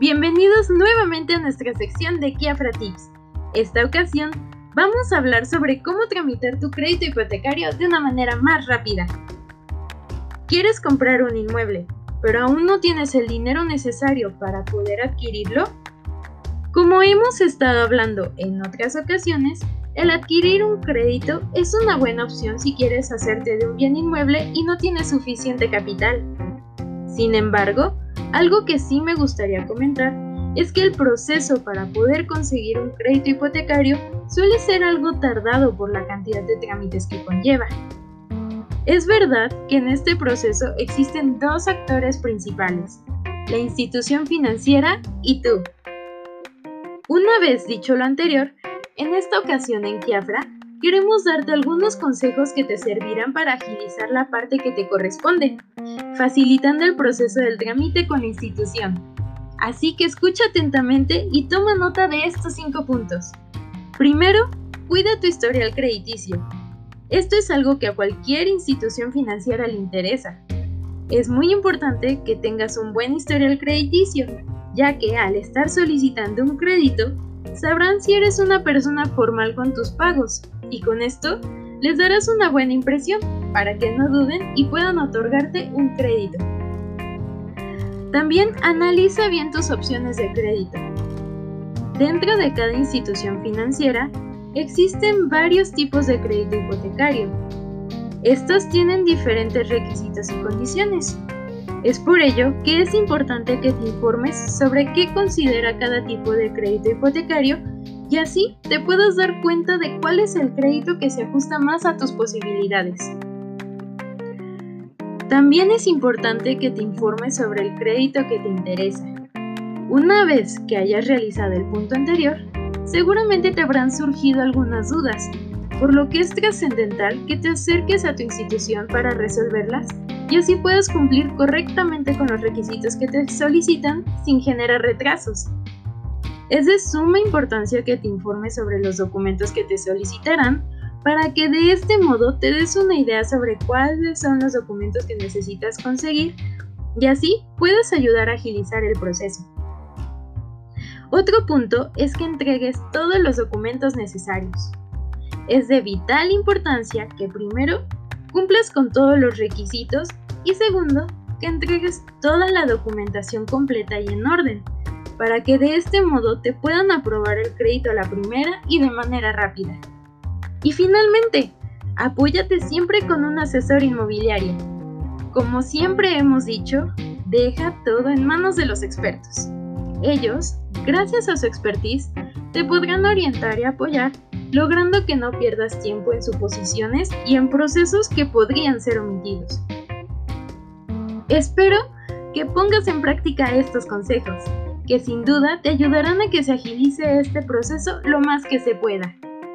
Bienvenidos nuevamente a nuestra sección de Kiafra Tips. Esta ocasión vamos a hablar sobre cómo tramitar tu crédito hipotecario de una manera más rápida. ¿Quieres comprar un inmueble, pero aún no tienes el dinero necesario para poder adquirirlo? Como hemos estado hablando en otras ocasiones, el adquirir un crédito es una buena opción si quieres hacerte de un bien inmueble y no tienes suficiente capital. Sin embargo, algo que sí me gustaría comentar es que el proceso para poder conseguir un crédito hipotecario suele ser algo tardado por la cantidad de trámites que conlleva. Es verdad que en este proceso existen dos actores principales, la institución financiera y tú. Una vez dicho lo anterior, en esta ocasión en Kiafra queremos darte algunos consejos que te servirán para agilizar la parte que te corresponde, facilitando el proceso del trámite con la institución. Así que escucha atentamente y toma nota de estos 5 puntos. Primero, cuida tu historial crediticio. Esto es algo que a cualquier institución financiera le interesa. Es muy importante que tengas un buen historial crediticio, ya que al estar solicitando un crédito, sabrán si eres una persona formal con tus pagos, y con esto les darás una buena impresión para que no duden y puedan otorgarte un crédito. También analiza bien tus opciones de crédito. Dentro de cada institución financiera existen varios tipos de crédito hipotecario. Estos tienen diferentes requisitos y condiciones. Es por ello que es importante que te informes sobre qué considera cada tipo de crédito hipotecario y así te puedas dar cuenta de cuál es el crédito que se ajusta más a tus posibilidades. También es importante que te informes sobre el crédito que te interesa. Una vez que hayas realizado el punto anterior, seguramente te habrán surgido algunas dudas, por lo que es trascendental que te acerques a tu institución para resolverlas y así puedas cumplir correctamente con los requisitos que te solicitan sin generar retrasos. Es de suma importancia que te informes sobre los documentos que te solicitarán para que de este modo te des una idea sobre cuáles son los documentos que necesitas conseguir y así puedas ayudar a agilizar el proceso. Otro punto es que entregues todos los documentos necesarios. Es de vital importancia que primero cumplas con todos los requisitos y segundo, que entregues toda la documentación completa y en orden, para que de este modo te puedan aprobar el crédito a la primera y de manera rápida. Y finalmente, apóyate siempre con un asesor inmobiliario. Como siempre hemos dicho, deja todo en manos de los expertos. Ellos, gracias a su expertise, te podrán orientar y apoyar, logrando que no pierdas tiempo en suposiciones y en procesos que podrían ser omitidos. Espero que pongas en práctica estos consejos, que sin duda te ayudarán a que se agilice este proceso lo más que se pueda.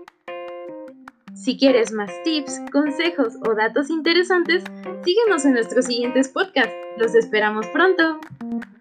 Si quieres más tips, consejos o datos interesantes, síguenos en nuestros siguientes podcasts. Los esperamos pronto.